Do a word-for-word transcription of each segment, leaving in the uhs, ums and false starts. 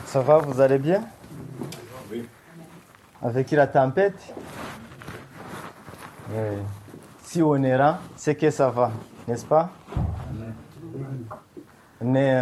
Ça va, vous allez bien? Oui. Avec la tempête? Oui. Si on est là, c'est que ça va, n'est-ce pas? Mais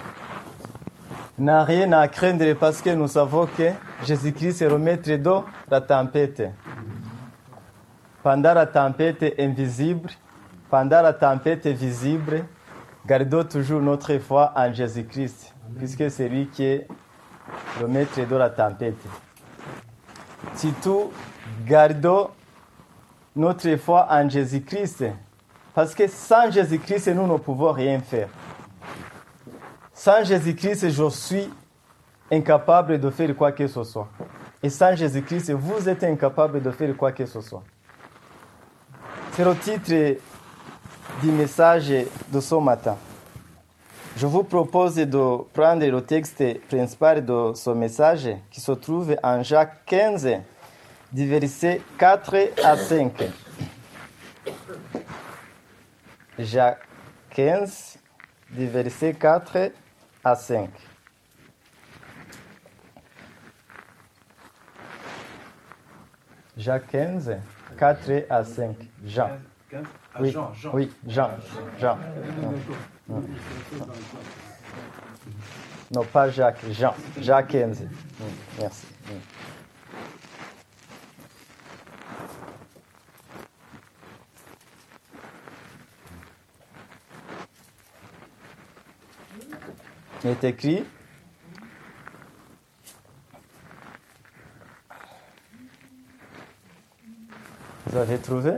n'a rien à craindre parce que nous savons que Jésus-Christ est le maître de la tempête. Pendant la tempête invisible, pendant la tempête visible, gardons toujours notre foi en Jésus-Christ, puisque c'est lui qui est le maître de la tempête. Surtout, gardons notre foi en Jésus-Christ, parce que sans Jésus-Christ, nous ne pouvons rien faire. Sans Jésus-Christ, je suis incapable de faire quoi que ce soit. Et sans Jésus-Christ, vous êtes incapable de faire quoi que ce soit. C'est le titre du message de ce matin. Je vous propose de prendre le texte principal de ce message qui se trouve en Jacques quinze, du verset quatre à cinq. Jacques quinze, du verset quatre à cinq. Jacques quinze, quatre à cinq. Jean. Ah, Oui, Jean, Jean. oui, Jean. Jean. Non. Non, pas Jacques, Jean. Jacques quinze. Merci. Il est écrit: vous avez trouvé?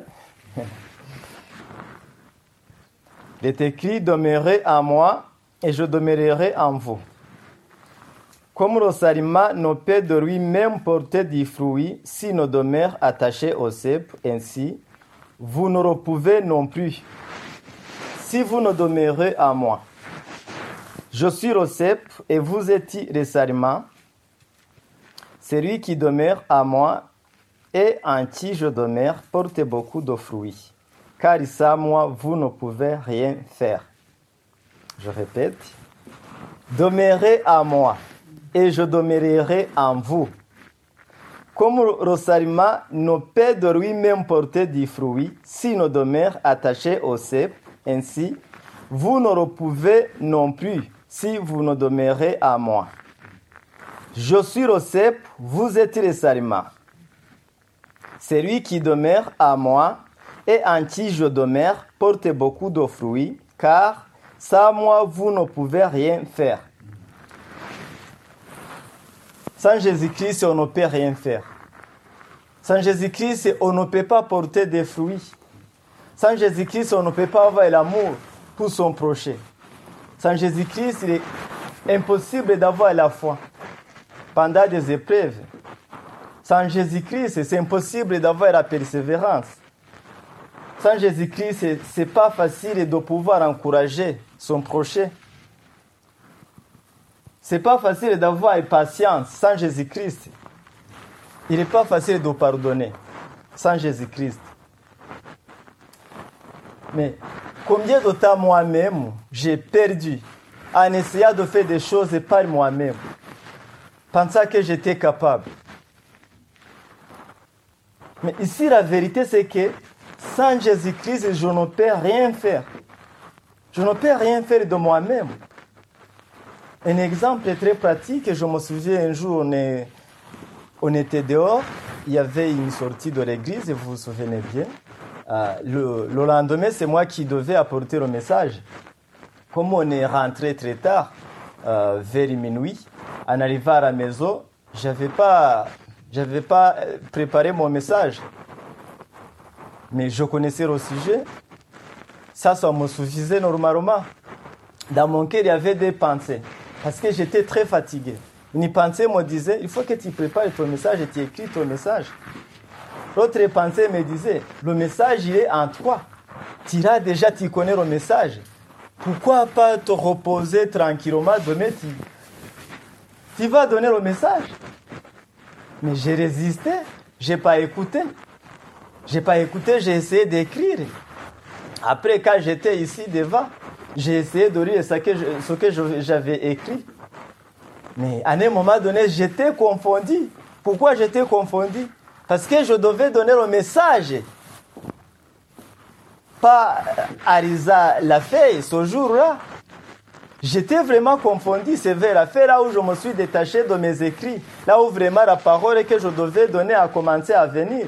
Il est écrit: demeurez en moi et je demeurerai en vous. Comme le sariment ne peut de lui-même porter du fruit s'il ne demeure attaché au cep, ainsi, vous ne le pouvez non plus si vous ne demeurez en moi. Je suis le cep et vous êtes les sariments. Celui qui demeure à moi et en qui je demeure porte beaucoup de fruits. Car sans moi, vous ne pouvez rien faire. Je répète, demeurez à moi et je demeurerai en vous. Comme le sariment ne peut de lui-même porter du fruit s'il ne demeure attaché au cep, ainsi, vous ne le pouvez non plus si vous ne demeurez à moi. Je suis le cep, vous êtes les sariments. Celui qui demeure à moi et en qui je demeure porte beaucoup de fruits, car sans moi, vous ne pouvez rien faire. Sans Jésus-Christ, on ne peut rien faire. Sans Jésus-Christ, on ne peut pas porter des fruits. Sans Jésus-Christ, on ne peut pas avoir l'amour pour son prochain. Sans Jésus-Christ, il est impossible d'avoir la foi pendant des épreuves. Sans Jésus-Christ, c'est impossible d'avoir la persévérance. Sans Jésus-Christ, ce n'est pas facile de pouvoir encourager son prochain. Ce n'est pas facile d'avoir patience sans Jésus-Christ. Il n'est pas facile de pardonner sans Jésus-Christ. Mais combien de temps moi-même j'ai perdu en essayant de faire des choses par moi-même, pensant que j'étais capable. Mais ici, la vérité, c'est que sans Jésus-Christ, je ne peux rien faire. Je ne peux rien faire de moi-même. Un exemple très pratique, je me souviens un jour, on, est, on était dehors, il y avait une sortie de l'église, vous vous souvenez bien. Euh, le, le lendemain, c'est moi qui devais apporter le message. Comme on est rentré très tard, euh, vers minuit, en arrivant à la maison, je n'avais pas, j'avais pas préparé mon message. Mais je connaissais le sujet. Ça, ça me suffisait normalement. Dans mon cœur, il y avait des pensées. Parce que j'étais très fatigué. Une pensée me disait, il faut que tu prépares ton message et tu écris ton message. L'autre pensée me disait, le message, il est en toi. Tu l'as déjà, tu connais le message. Pourquoi pas te reposer tranquillement, demain, tu, tu vas donner le message. Mais j'ai résisté, je n'ai pas écouté. Je n'ai pas écouté, j'ai essayé d'écrire. Après, quand j'étais ici devant, j'ai essayé de lire ce que, je, ce que je, j'avais écrit. Mais à un moment donné, j'étais confondu. Pourquoi j'étais confondu? Parce que je devais donner le message. Pas Arisa l'a fait ce jour-là. J'étais vraiment confondu. C'est vers la fait là où je me suis détaché de mes écrits. Là où vraiment la parole que je devais donner a commencé à venir.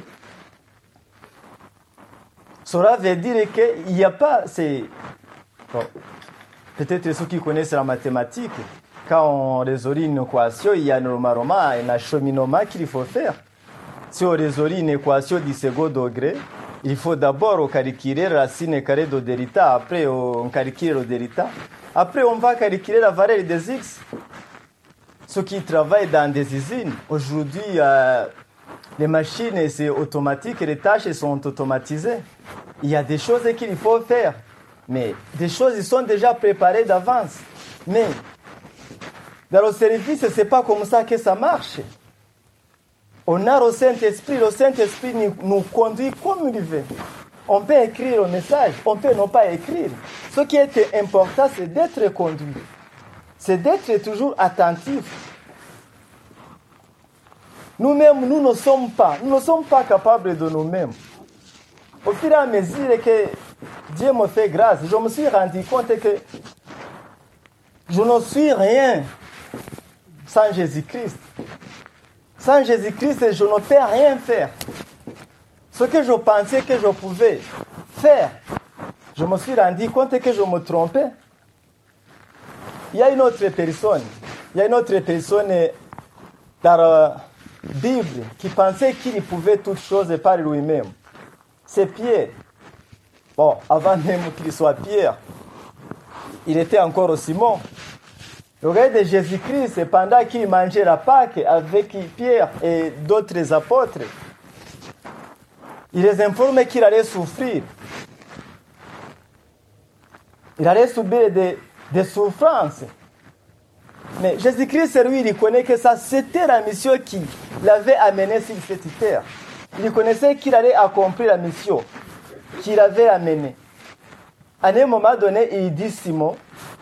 Cela veut dire qu'il n'y a pas... C'est... Bon, peut-être ceux qui connaissent la mathématique, quand on résout une équation, il y a normalement un acheminement qu'il faut faire. Si on résout une équation du second degré, il faut d'abord calculer la racine carrée de delta, après on calcule le delta. Après, on va calculer la valeur des x. Ceux qui travaillent dans des usines, aujourd'hui, euh, les machines, c'est automatique, les tâches sont automatisées. Il y a des choses qu'il faut faire, mais des choses ils sont déjà préparées d'avance. Mais dans le service, ce n'est pas comme ça que ça marche. On a le Saint-Esprit, le Saint-Esprit nous, nous conduit comme il veut. On peut écrire le message, on peut ne pas écrire. Ce qui est important, c'est d'être conduit. C'est d'être toujours attentif. Nous-mêmes, nous ne sommes pas, nous ne sommes pas capables de nous-mêmes. Au fur et à mesure que Dieu me fait grâce, je me suis rendu compte que je ne suis rien sans Jésus-Christ. Sans Jésus-Christ, je ne peux rien faire. Ce que je pensais que je pouvais faire, je me suis rendu compte que je me trompais. Il y a une autre personne, il y a une autre personne dans la Bible qui pensait qu'il pouvait toutes choses par lui-même. C'est Pierre. Bon, avant même qu'il soit Pierre, il était encore Simon. Le règne de Jésus-Christ, pendant qu'il mangeait la Pâque avec Pierre et d'autres apôtres, il les informe qu'il allait souffrir. Il allait subir des, des souffrances. Mais Jésus-Christ, lui, il connaît que ça, c'était la mission qui l'avait amené sur cette terre. Il connaissait qu'il allait accomplir la mission qu'il avait amenée. À un moment donné, il dit Simon,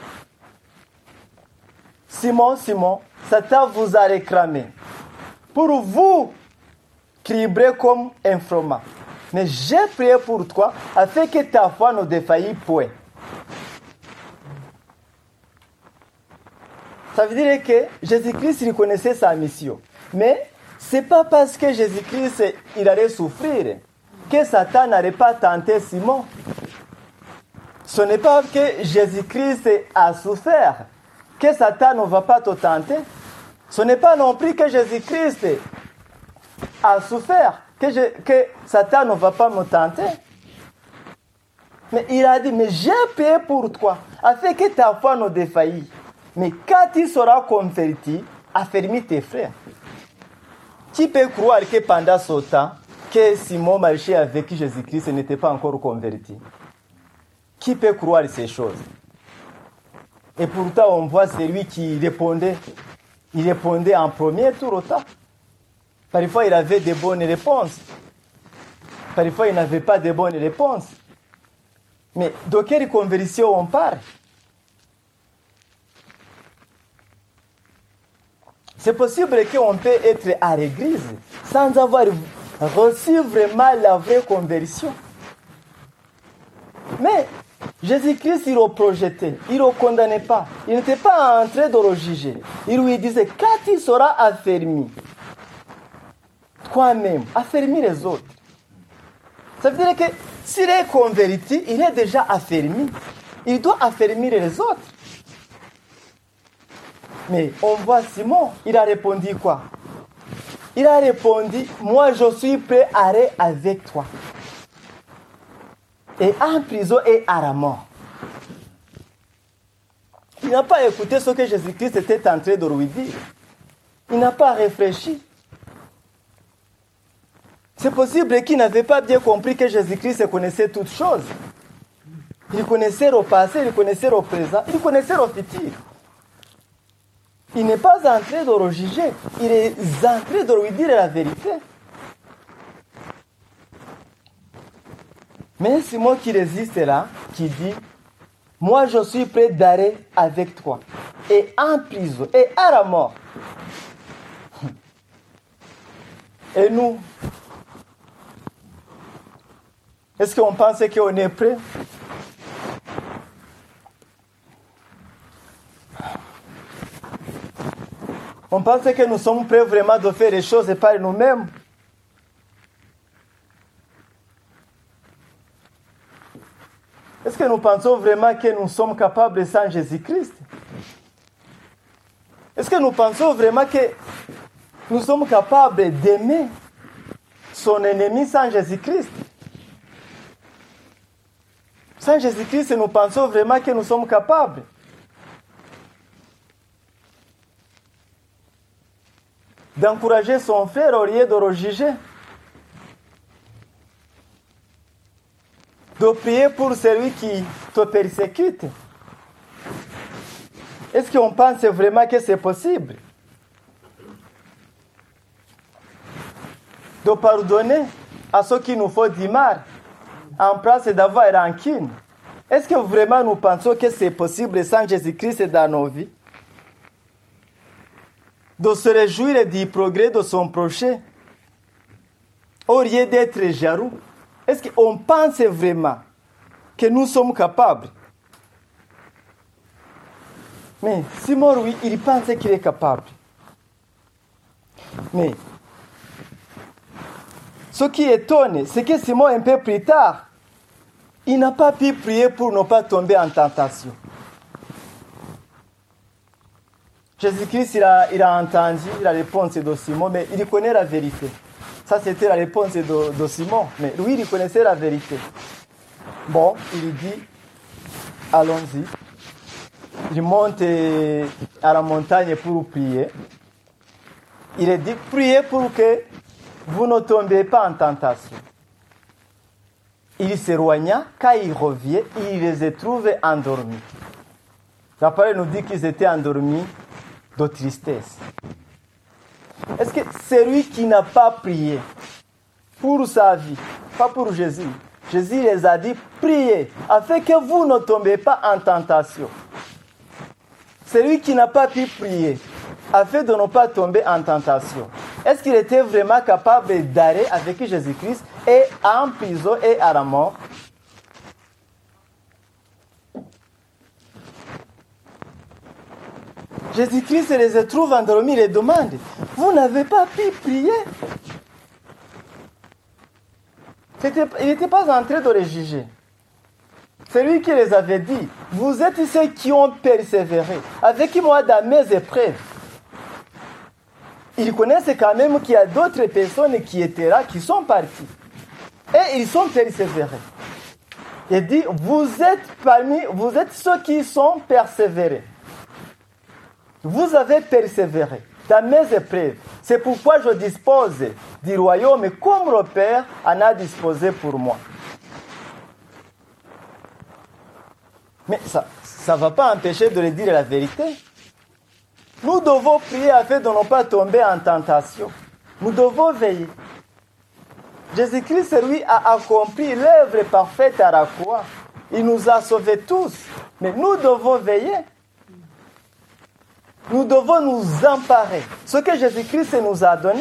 Simon, Simon, Satan vous a réclamé pour vous cribler comme un froment. Mais j'ai prié pour toi afin que ta foi ne défaille point. Ça veut dire que Jésus-Christ, il connaissait sa mission. Mais ce n'est pas parce que Jésus-Christ, il allait souffrir que Satan n'allait pas tenter Simon. Ce n'est pas que Jésus-Christ a souffert que Satan ne va pas te tenter. Ce n'est pas non plus que Jésus-Christ a souffert que, je, que Satan ne va pas me tenter. Mais il a dit, mais j'ai payé pour toi, afin que ta foi ne défaille. Mais quand tu seras converti, affermis tes frères. Qui peut croire que pendant ce temps, que Simon marchait avec Jésus-Christ n'était pas encore converti? Qui peut croire ces choses? Et pourtant, on voit celui qui répondait. Il répondait en premier tout le temps. Parfois, il avait de bonnes réponses. Parfois, il n'avait pas de bonnes réponses. Mais de quelle conversion on parle? C'est possible qu'on peut être à l'église sans avoir reçu vraiment la vraie conversion. Mais Jésus-Christ, il le projetait, il ne le condamnait pas. Il n'était pas en train de le juger. Il lui disait, quand tu seras affermi, toi-même, affermi les autres. Ça veut dire que s'il est converti, il est déjà affermi. Il doit affermir les autres. Mais on voit Simon, il a répondu quoi? Il a répondu, moi je suis prêt à aller avec toi. Et en prison et à la mort. Il n'a pas écouté ce que Jésus-Christ était en train de lui dire. Il n'a pas réfléchi. C'est possible qu'il n'avait pas bien compris que Jésus-Christ connaissait toutes choses. Il connaissait le passé, il connaissait le présent, il connaissait le futur. Il n'est pas en train de le juger, il est en train de lui dire la vérité. Mais c'est moi qui résiste là, qui dit, moi je suis prêt d'aller avec toi. Et en prison, et à la mort. Et nous, est-ce qu'on pense qu'on est prêt? On pense que nous sommes prêts vraiment de faire les choses par nous-mêmes. Est-ce que nous pensons vraiment que nous sommes capables sans Jésus-Christ? Est-ce que nous pensons vraiment que nous sommes capables d'aimer son ennemi sans Jésus-Christ? Sans Jésus-Christ, nous pensons vraiment que nous sommes capables. D'encourager son frère au lieu de le juger. De prier pour celui qui te persécute. Est-ce qu'on pense vraiment que c'est possible? De pardonner à ceux qui nous font du mal, en place d'avoir rancune. Est-ce que vraiment nous pensons que c'est possible sans Jésus-Christ dans nos vies? De se réjouir du progrès de son prochain, au lieu d'être jaloux. Est-ce qu'on pense vraiment que nous sommes capables? Mais Simon, oui, il pense qu'il est capable. Mais ce qui étonne, c'est que Simon, un peu plus tard, il n'a pas pu prier pour ne pas tomber en tentation. Jésus-Christ, il a, il a entendu la réponse de Simon, mais il connaît la vérité. Ça, c'était la réponse de, de Simon, mais lui, il connaissait la vérité. Bon, il dit, allons-y. Il monte à la montagne pour prier. Il a dit, priez pour que vous ne tombiez pas en tentation. Il s'éloigna, quand il revient, il les trouve endormis. La parole nous dit qu'ils étaient endormis de tristesse. Est-ce que c'est lui qui n'a pas prié pour sa vie, pas pour Jésus? Jésus les a dit, priez, afin que vous ne tombiez pas en tentation. C'est lui qui n'a pas pu prier, afin de ne pas tomber en tentation. Est-ce qu'il était vraiment capable d'aller avec Jésus-Christ et en prison et à la mort? Jésus-Christ les trouve endormis, il les demande, vous n'avez pas pu prier? C'était, il n'était pas en train de les juger. C'est lui qui les avait dit, vous êtes ceux qui ont persévéré avec moi dans mes épreuves. Ils connaissent quand même qu'il y a d'autres personnes qui étaient là, qui sont parties. Et ils sont persévérés. Il dit, vous êtes parmi, vous êtes ceux qui sont persévérés. Vous avez persévéré dans mes épreuves. C'est pourquoi je dispose du royaume comme le Père en a disposé pour moi. Mais ça ne va pas empêcher de lui dire la vérité. Nous devons prier afin de ne pas tomber en tentation. Nous devons veiller. Jésus-Christ, lui, a accompli l'œuvre parfaite à la croix. Il nous a sauvés tous. Mais nous devons veiller. Nous devons nous emparer. Ce que Jésus-Christ nous a donné.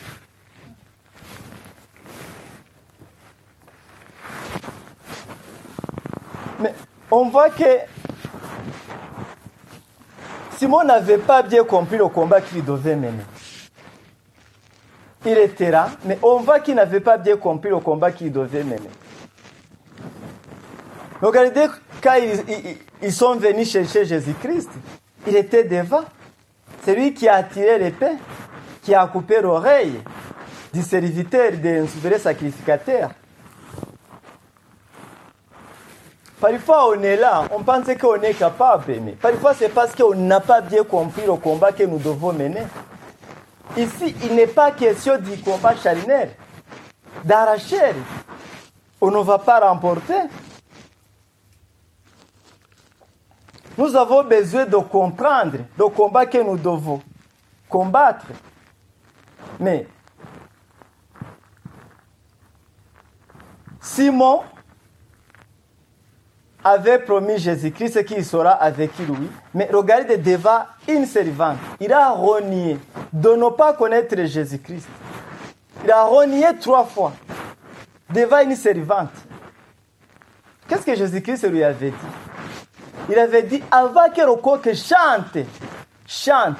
Mais on voit que Simon n'avait pas bien compris le combat qu'il devait mener. Il était là, mais on voit qu'il n'avait pas bien compris le combat qu'il devait mener. Regardez, quand ils, ils, ils sont venus chercher Jésus-Christ, il était devant. C'est lui qui a attiré l'épée, qui a coupé l'oreille du serviteur d'un souverain sacrificateur. Parfois, on est là, on pense qu'on est capable, mais parfois, c'est parce qu'on n'a pas bien compris le combat que nous devons mener. Ici, il n'est pas question du combat charnel, d'arracher. On ne va pas remporter. Nous avons besoin de comprendre le combat que nous devons combattre. Mais Simon avait promis Jésus-Christ qu'il sera avec lui. Mais regardez devant une servante. Il a renié de ne pas connaître Jésus-Christ. Il a renié trois fois devant une servante. Qu'est-ce que Jésus-Christ lui avait dit? Il avait dit, avant que le coq chante, chante,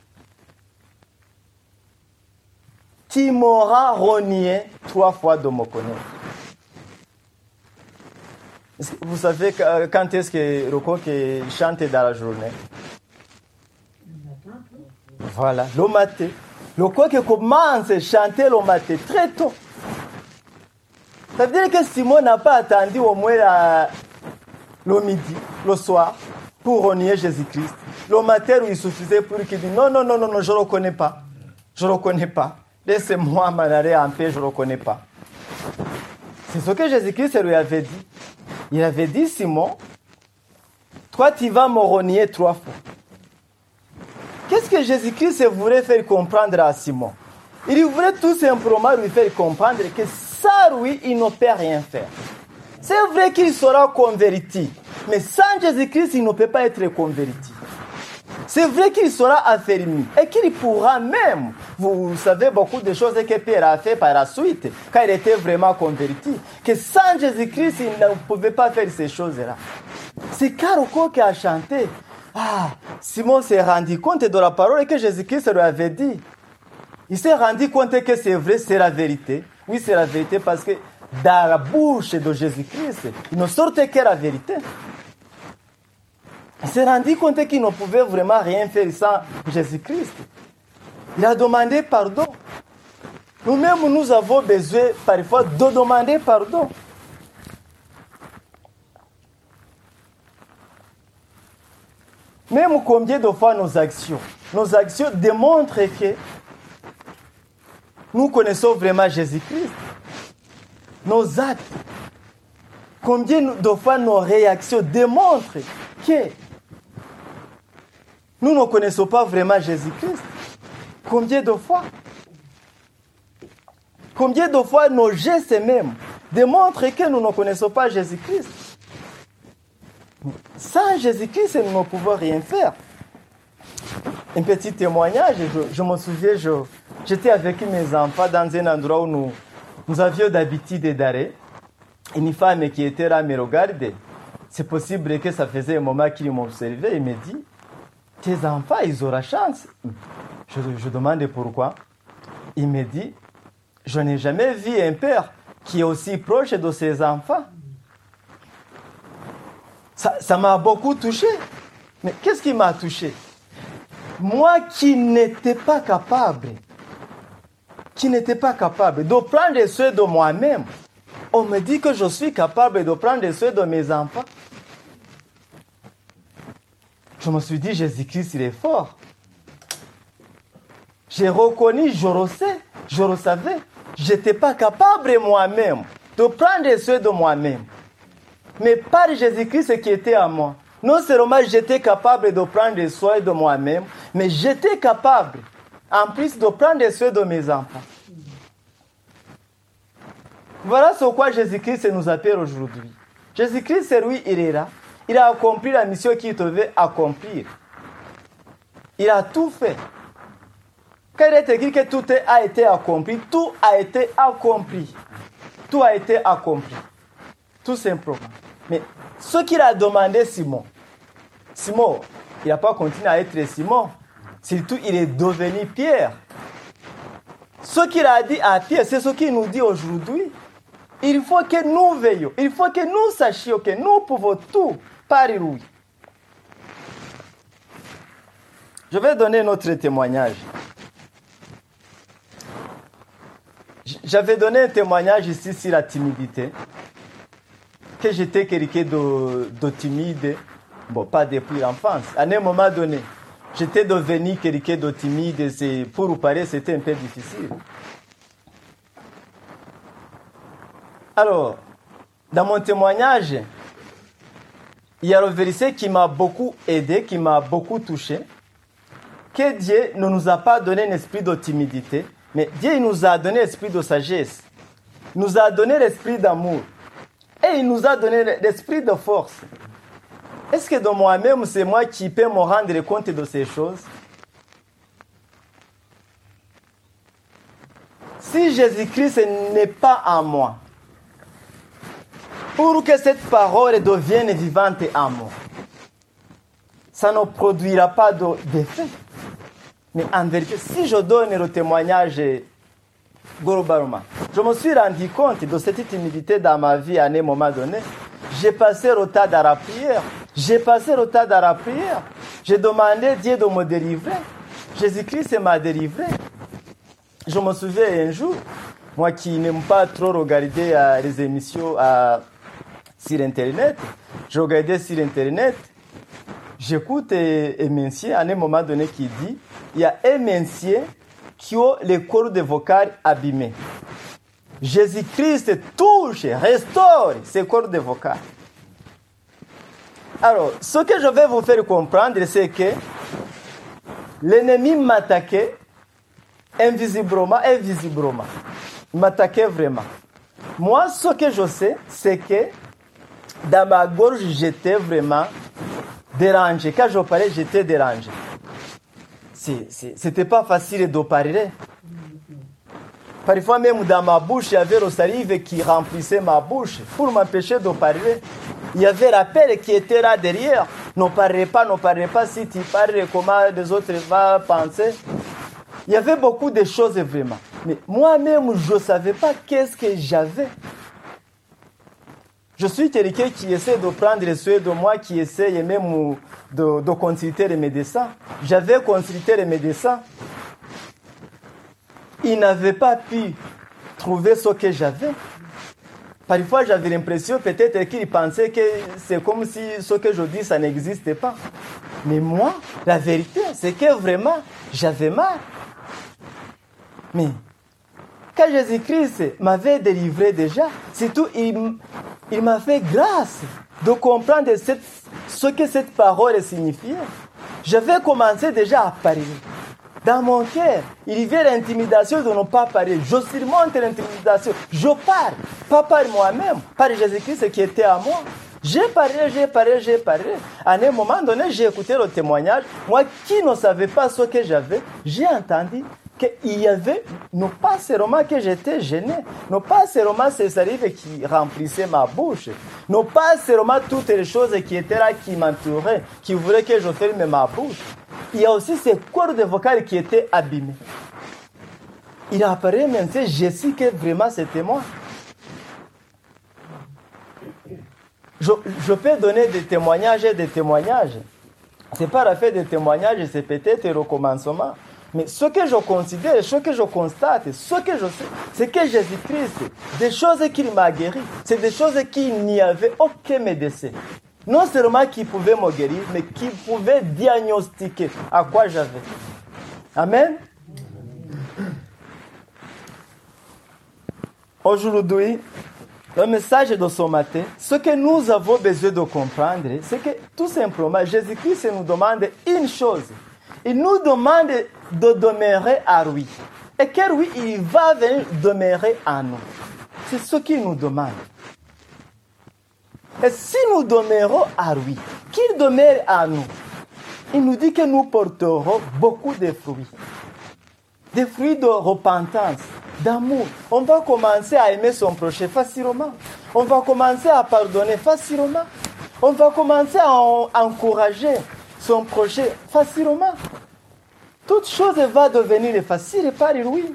tu m'auras renié trois fois de me connaître. Vous savez quand est-ce que le coq chante dans la journée? Voilà, le matin. Le coq commence à chanter le matin, très tôt. Ça veut dire que Simon n'a pas attendu au moins la, le midi, le soir, pour renier Jésus-Christ. Le matin où il suffisait pour qu'il dise non, non, non, non, non, je ne le reconnais pas. Je ne le reconnais pas. Laissez-moi m'en aller en paix, je ne le reconnais pas. C'est ce que Jésus-Christ lui avait dit. Il avait dit, Simon, toi tu vas me renier trois fois. Qu'est-ce que Jésus-Christ voulait faire comprendre à Simon? Il voulait tout simplement lui faire comprendre que sans lui, il ne peut rien faire. C'est vrai qu'il sera converti, mais sans Jésus-Christ, il ne peut pas être converti. C'est vrai qu'il sera affermi et qu'il pourra même, vous savez beaucoup de choses que Pierre a fait par la suite, quand il était vraiment converti, que sans Jésus-Christ, il ne pouvait pas faire ces choses-là. C'est quand le coq a chanté, ah, Simon s'est rendu compte de la parole que Jésus-Christ lui avait dit. Il s'est rendu compte que c'est vrai, c'est la vérité. Oui, c'est la vérité parce que dans la bouche de Jésus-Christ, il ne sortait que la vérité. Il s'est rendu compte qu'il ne pouvait vraiment rien faire sans Jésus-Christ. Il a demandé pardon. Nous-mêmes, nous avons besoin parfois de demander pardon. Même combien de fois nos actions, nos actions démontrent que nous connaissons vraiment Jésus-Christ. Nos actes, combien de fois nos réactions démontrent que nous ne connaissons pas vraiment Jésus-Christ. Combien de fois? Combien de fois nos gestes même démontrent que nous ne connaissons pas Jésus-Christ? Sans Jésus-Christ, nous ne pouvons rien faire. Un petit témoignage, je, je me souviens, je, j'étais avec mes enfants dans un endroit où nous, nous avions d'habitude d'arrêt. Une femme qui était là me regardait. C'est possible que ça faisait un moment qu'il m'observait et me dit, tes enfants, ils auront la chance. Je, je demande pourquoi. Il me dit, je n'ai jamais vu un père qui est aussi proche de ses enfants. Ça, ça m'a beaucoup touché. Mais qu'est-ce qui m'a touché? Moi qui n'étais pas capable, qui n'étais pas capable de prendre soin de moi-même, on me dit que je suis capable de prendre soin de mes enfants. Je me suis dit, Jésus-Christ, il est fort. J'ai reconnu, je le sais, je le savais. Je n'étais pas capable moi-même de prendre soin de moi-même. Mais par Jésus-Christ qui était à moi, non seulement j'étais capable de prendre soin de moi-même, mais j'étais capable, en plus, de prendre soin de mes enfants. Voilà ce quoi Jésus-Christ nous appelle aujourd'hui. Jésus-Christ, c'est lui, il est là. Il a accompli la mission qu'il devait accomplir. Il a tout fait. Quand il est écrit que tout a été accompli, tout a été accompli. Tout a été accompli. Tout simplement. Mais ce qu'il a demandé Simon, Simon, il n'a pas continué à être Simon. Surtout, il est devenu Pierre. Ce qu'il a dit à Pierre, c'est ce qu'il nous dit aujourd'hui. Il faut que nous veillions. Il faut que nous sachions que nous pouvons tout par lui. Je vais donner notre témoignage. J'avais donné un témoignage ici sur la timidité. Que j'étais quelqu'un de, de timide. Bon, pas depuis l'enfance. À un moment donné, j'étais devenu quelqu'un de timide. C'est, pour vous parler, c'était un peu difficile. Alors, dans mon témoignage, il y a le verset qui m'a beaucoup aidé, qui m'a beaucoup touché. Que Dieu ne nous a pas donné un esprit de timidité, mais Dieu nous a donné l'esprit de sagesse. Il nous a donné l'esprit d'amour. Et il nous a donné l'esprit de force. Est-ce que dans moi-même, c'est moi qui peux me rendre compte de ces choses? Si Jésus-Christ n'est pas en moi, pour que cette parole devienne vivante en moi, ça ne produira pas d'effet. Mais en vérité, si je donne le témoignage globalement, je me suis rendu compte de cette timidité dans ma vie à un moment donné. J'ai passé le temps dans la prière. J'ai passé le temps dans la prière. J'ai demandé à Dieu de me délivrer. Jésus-Christ m'a délivré. Je me souviens un jour, moi qui n'aime pas trop regarder euh, les émissions euh, sur Internet, je regardais sur Internet, j'écoute un, un monsieur à un moment donné qui dit, il y a un monsieur qui a les cordes vocales abîmées. Jésus-Christ touche, restaure ses cordes vocales. Alors, ce que je vais vous faire comprendre, c'est que l'ennemi m'attaquait invisiblement et visiblement. Il m'attaquait vraiment. Moi, ce que je sais, c'est que dans ma gorge, j'étais vraiment dérangé. Quand je parlais, j'étais dérangé. C'est, c'est, c'était pas facile de parler. Parfois même dans ma bouche, il y avait le salive qui remplissait ma bouche pour m'empêcher de parler. Il y avait l'appel qui était là derrière. Ne parlez pas, ne parlez pas. Si tu parles, comment les autres vont penser? Il y avait beaucoup de choses vraiment. Mais moi-même, je ne savais pas qu'est-ce que j'avais. Je suis quelqu'un qui essaie de prendre soin de moi, qui essaie même de, de consulter les médecins. J'avais consulté les médecins. Ils n'avaient pas pu trouver ce que j'avais. Parfois, j'avais l'impression peut-être qu'ils pensaient que c'est comme si ce que je dis, ça n'existait pas. Mais moi, la vérité, c'est que vraiment, j'avais mal. Mais quand Jésus-Christ m'avait délivré déjà, surtout, il, il m'a fait grâce de comprendre cette, ce que cette parole signifiait. J'avais commencé déjà à parler. Dans mon cœur, il y avait l'intimidation de ne pas parler. Je surmonte l'intimidation. Je parle, pas par moi-même, par Jésus-Christ qui était à moi. J'ai parlé, j'ai parlé, j'ai parlé. À un moment donné, j'ai écouté le témoignage. Moi qui ne savais pas ce que j'avais, j'ai entendu qu'il y avait, non pas seulement que j'étais gêné, non pas seulement ces salives qui remplissaient ma bouche, non pas seulement toutes les choses qui étaient là, qui m'entouraient, qui voulaient que je ferme ma bouche. Il y a aussi ces cordes vocales qui étaient abîmées. Il apparaît même que je sais que vraiment c'était moi. Je, je peux donner des témoignages et des témoignages. Ce n'est pas la fait des témoignages, c'est peut-être le commencement. Mais ce que je considère, ce que je constate, ce que je sais, c'est que Jésus-Christ, des choses qu'il m'a guéri, c'est des choses qu'il n'y avait aucun médecin. Non seulement qui pouvait me guérir, mais qui pouvait diagnostiquer à quoi j'avais. Amen. Aujourd'hui, le message de ce matin, ce que nous avons besoin de comprendre, c'est que tout simplement, Jésus-Christ nous demande une chose. Il nous demande de demeurer à lui. Et que lui, il va venir demeurer à nous. C'est ce qu'il nous demande. Et si nous demeurons à lui, qu'il demeure à nous, il nous dit que nous porterons beaucoup de fruits. Des fruits de repentance, d'amour. On va commencer à aimer son prochain facilement. On va commencer à pardonner facilement. On va commencer à encourager son prochain facilement. Toute chose va devenir facile par lui.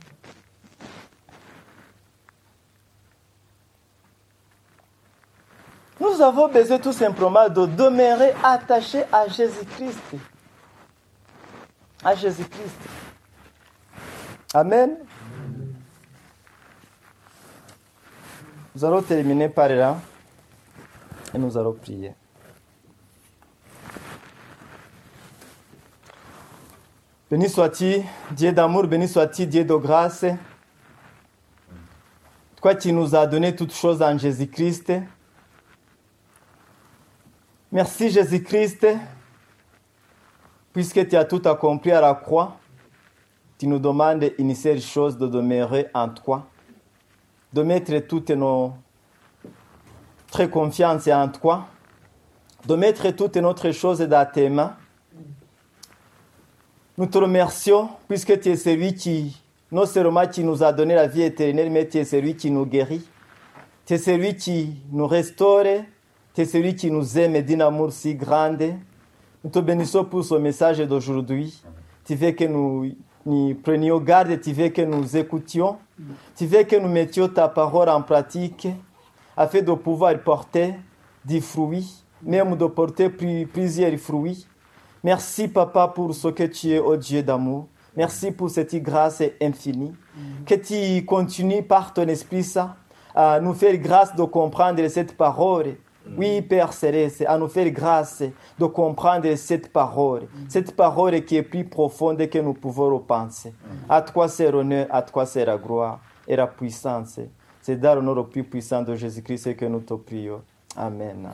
Nous avons besoin tout simplement de demeurer attachés à Jésus-Christ. À Jésus-Christ. Amen. Nous allons terminer par là et nous allons prier. Béni sois-tu, Dieu d'amour, béni sois-tu, Dieu de grâce. Toi qui nous as donné toutes choses en Jésus-Christ. Merci Jésus-Christ, puisque tu as tout accompli à la croix. Tu nous demandes une seule chose, de demeurer en toi, de mettre toutes nos, très confiance en toi, de mettre toutes notre choses dans tes mains. Nous te remercions puisque tu es celui qui, non seulement qui nous a donné la vie éternelle, mais tu es celui qui nous guérit. Tu es celui qui nous restaure. Tu es celui qui nous aime d'un amour si grand. Nous te bénissons pour ce message d'aujourd'hui. Tu veux que nous, nous prenions garde, tu veux que nous écoutions, tu veux que nous mettions ta parole en pratique afin de pouvoir porter des fruits, même de porter plusieurs fruits. Merci, Papa, pour ce que tu es, ô Dieu d'amour. Merci pour cette grâce infinie. Mm-hmm. Que tu continues par ton esprit ça, à nous faire grâce de comprendre cette parole. Mm-hmm. Oui, Père Céleste, à nous faire grâce de comprendre cette parole. Mm-hmm. Cette parole qui est plus profonde que nous pouvons repenser. Mm-hmm. À toi c'est l'honneur, à toi c'est la gloire et la puissance. C'est dans le nom le plus puissant de Jésus-Christ que nous te prions. Amen.